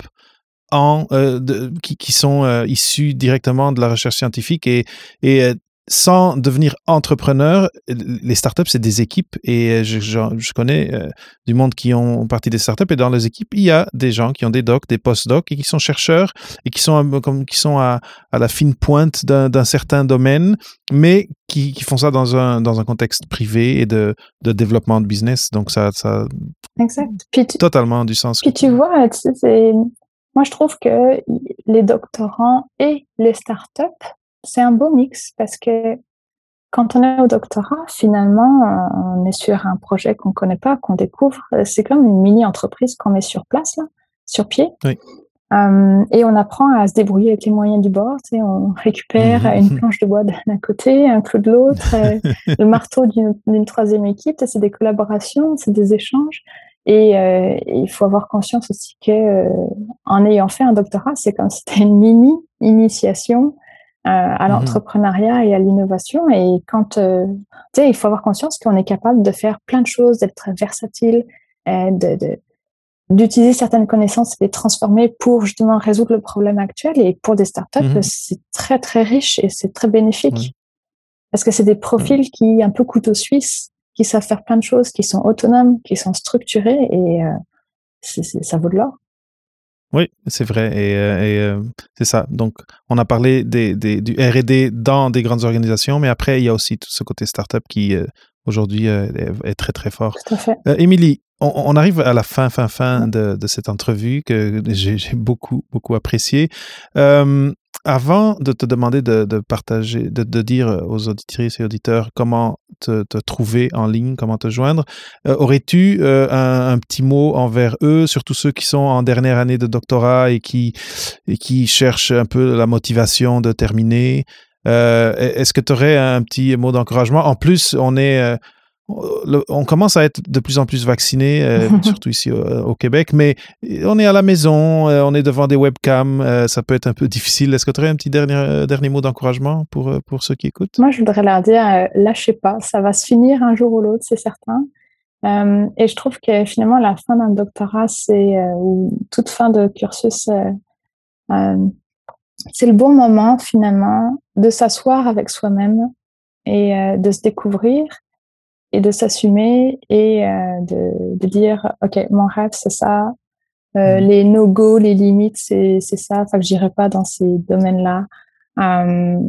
qui sont issus directement de la recherche scientifique et sans devenir entrepreneur, les startups, c'est des équipes et je connais du monde qui ont partie des startups et dans les équipes, il y a des gens qui ont des docs, des post-docs et qui sont chercheurs et qui sont, qui sont à la fine pointe d'un certain domaine, mais qui font ça dans un contexte privé et de développement de business. Donc, ça a Exact. totalement du sens ce que Puis tu tu dis. vois, tu sais, moi je trouve que les doctorants et les startups, c'est un beau mix parce que quand on est au doctorat, finalement, on est sur un projet qu'on connaît pas, qu'on découvre. C'est comme une mini-entreprise qu'on met sur place, là, sur pied. Oui. Et on apprend à se débrouiller avec les moyens du bord. Tu sais, on récupère une Mhm. planche de bois d'un côté, un clou de l'autre, le marteau d'une troisième équipe. C'est des collaborations, c'est des échanges. Et il faut avoir conscience aussi que en ayant fait un doctorat, c'est comme si c'était une mini-initiation à Mhm. l'entrepreneuriat et à l'innovation. Et quand, tu sais, il faut avoir conscience qu'on est capable de faire plein de choses, d'être versatile, d'utiliser certaines connaissances et de les transformer pour justement résoudre le problème actuel. Et pour des startups, Mhm. c'est très riche et c'est très Ouais, bénéfique parce que c'est des ouais. profils qui, un peu couteau suisse, qui savent faire plein de choses, qui sont autonomes, qui sont structurés et ça vaut de l'or. Oui, c'est vrai. C'est ça. Donc, on a parlé du R&D dans des grandes organisations, mais après, il y a aussi tout ce côté startup qui, aujourd'hui, est très, très fort. Tout à fait. Émilie, on arrive à la fin de cette entrevue que j'ai beaucoup, beaucoup appréciée. Euh, Avant de te demander de partager, de dire aux auditrices et auditeurs comment te trouver en ligne, comment te joindre, aurais-tu un petit mot envers eux, surtout ceux qui sont en dernière année de doctorat et qui cherchent un peu la motivation de terminer? Est-ce que tu aurais un petit mot d'encouragement? En plus, on commence à être de plus en plus vaccinés, surtout ici au Québec, mais on est à la maison, on est devant des webcams, ça peut être un peu difficile. Est-ce que tu aurais un petit dernier mot d'encouragement pour ceux qui écoutent? Moi, je voudrais leur dire, lâchez pas, ça va se finir un jour ou l'autre, c'est certain. Et je trouve que finalement, la fin d'un doctorat, ou toute fin de cursus, euh, c'est le bon moment finalement de s'asseoir avec soi-même et de se découvrir et de s'assumer et de dire, OK, mon rêve, c'est ça. Mhm. Les no-go, les limites, c'est ça. Enfin, que j'irai pas dans ces domaines-là. Euh,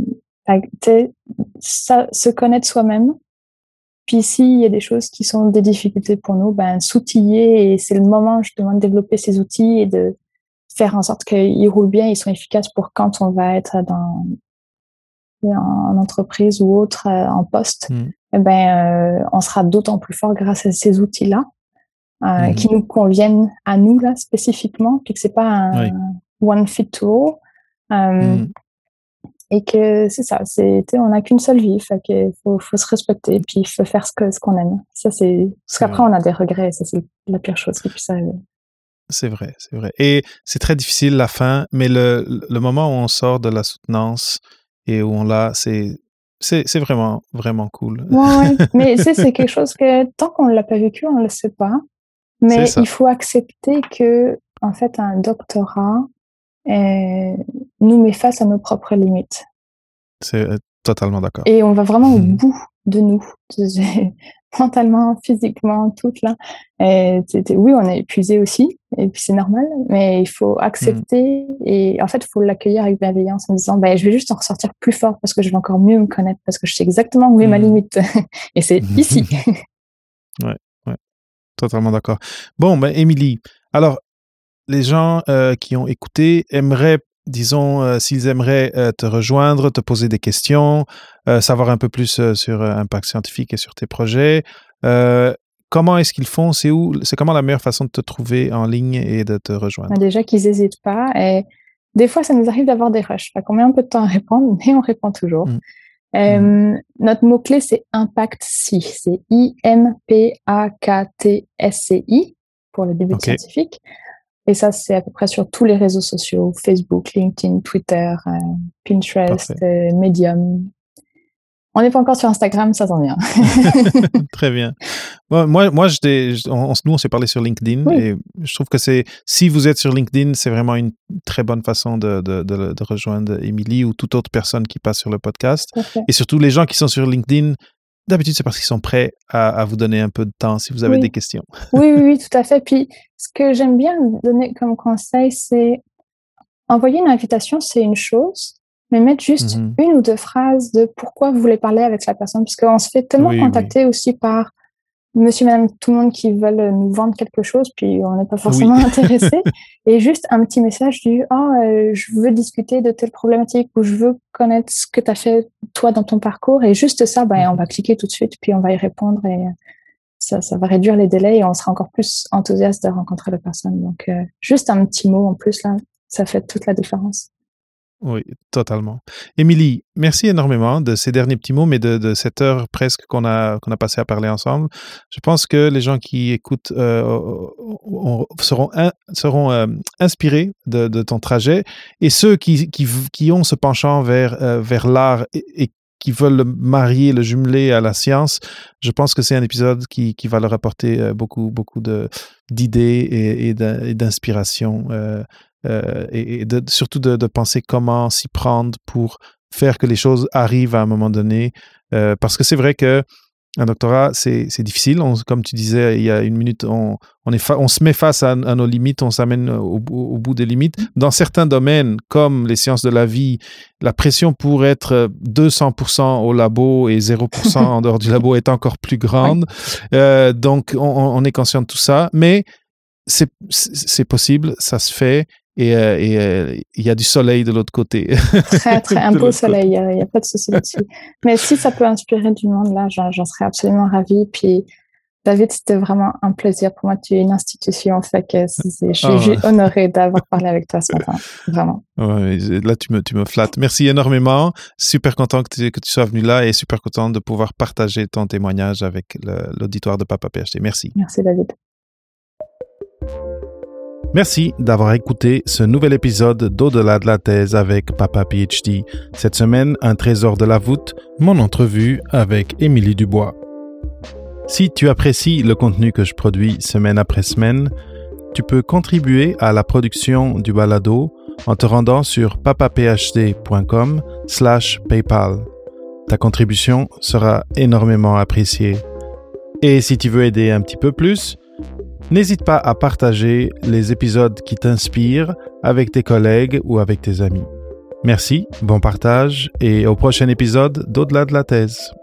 ça, se connaître soi-même. Puis s'il y a des choses qui sont des difficultés pour nous, ben s'outiller et c'est le moment justement de développer ces outils et de faire en sorte qu'ils roulent bien, ils sont efficaces pour quand on va être en entreprise ou autre, en poste, on sera d'autant plus fort grâce à ces outils-là qui nous conviennent à nous là spécifiquement, puis que c'est pas un one fit to all. Et que c'est ça, on n'a qu'une seule vie, fait qu'il faut se respecter, puis il faut faire ce qu'on aime. Ça, parce qu'après, on a des regrets, ça, c'est la pire chose qui puisse arriver. C'est vrai. Et c'est très difficile, la fin, mais le moment où on sort de la soutenance et où on l'a, c'est vraiment, vraiment cool. Ouais. Mais c'est quelque chose que, tant qu'on ne l'a pas vécu, on ne le sait pas. Mais il faut accepter que, en fait, un doctorat nous met face à nos propres limites. C'est totalement d'accord. Et on va vraiment au bout de nous, mentalement, physiquement, tout là. Oui, on est épuisé aussi, et puis c'est normal, mais il faut accepter et en fait, il faut l'accueillir avec bienveillance en disant je vais juste en ressortir plus fort parce que je vais encore mieux me connaître, parce que je sais exactement où est ma limite. Et c'est ici. Ouais, totalement d'accord. Bon, Émilie, alors, les gens qui ont écouté aimeraient, disons, s'ils aimeraient te rejoindre, te poser des questions, savoir un peu plus sur Impact Scientifique et sur tes projets. Comment est-ce qu'ils font? C'est comment la meilleure façon de te trouver en ligne et de te rejoindre? Déjà qu'ils n'hésitent pas. Et des fois, ça nous arrive d'avoir des rushs. On met un peu de temps à répondre, mais on répond toujours. Notre mot-clé, c'est ImpactSci. C'est IMPAKTSCI pour le début de scientifique. Et ça, c'est à peu près sur tous les réseaux sociaux, Facebook, LinkedIn, Twitter, Pinterest, Medium. On n'est pas encore sur Instagram, ça s'en vient. Très bien. Moi, nous, on s'est parlé sur LinkedIn et je trouve que si vous êtes sur LinkedIn, c'est vraiment une très bonne façon de rejoindre Émilie ou toute autre personne qui passe sur le podcast. Et surtout, les gens qui sont sur LinkedIn, d'habitude, c'est parce qu'ils sont prêts à vous donner un peu de temps si vous avez des questions. Oui, tout à fait. Puis, ce que j'aime bien donner comme conseil, c'est envoyer une invitation, c'est une chose, mais mettre juste une ou deux phrases de pourquoi vous voulez parler avec la personne, parce qu'on se fait tellement contacter aussi par monsieur, madame, tout le monde qui veulent nous vendre quelque chose, puis on n'est pas forcément intéressé. Et juste un petit message du je veux discuter de telle problématique ou je veux connaître ce que tu as fait toi dans ton parcours. Et juste ça, on va cliquer tout de suite, puis on va y répondre et ça va réduire les délais et on sera encore plus enthousiaste de rencontrer la personne. Donc, juste un petit mot en plus, là, ça fait toute la différence. Oui, totalement. Émilie, merci énormément de ces derniers petits mots, mais de cette heure presque qu'on a passé à parler ensemble. Je pense que les gens qui écoutent seront inspirés de ton trajet et ceux qui ont ce penchant vers l'art et qui veulent le marier, le jumeler à la science, je pense que c'est un épisode qui va leur apporter beaucoup d'idées et d'inspiration. Et surtout de penser comment s'y prendre pour faire que les choses arrivent à un moment donné. Parce que c'est vrai qu'un doctorat, c'est difficile. Comme tu disais il y a une minute, on se met face à nos limites, on s'amène au bout des limites. Dans certains domaines, comme les sciences de la vie, la pression pour être 200% au labo et 0% en dehors du labo est encore plus grande. Donc, on est conscient de tout ça. Mais c'est possible, ça se fait. Et il y a du soleil de l'autre côté. Très un beau soleil, il n'y a pas de souci là-dessus. Mais si ça peut inspirer du monde, là, j'en serais absolument ravie. Puis, David, c'était vraiment un plaisir pour moi. Tu es une institution, fait que je suis honorée d'avoir parlé avec toi ce matin, vraiment. Ouais, là, tu me flattes. Merci énormément. Super content que tu sois venu là et super content de pouvoir partager ton témoignage avec l'auditoire de Papa PhD. Merci. Merci, David. Merci d'avoir écouté ce nouvel épisode d'Au-delà de la thèse avec Papa PhD. Cette semaine, un trésor de la voûte, mon entrevue avec Émilie Dubois. Si tu apprécies le contenu que je produis semaine après semaine, tu peux contribuer à la production du balado en te rendant sur papaphd.com/PayPal. Ta contribution sera énormément appréciée. Et si tu veux aider un petit peu plus, n'hésite pas à partager les épisodes qui t'inspirent avec tes collègues ou avec tes amis. Merci, bon partage et au prochain épisode d'Au-delà de la thèse.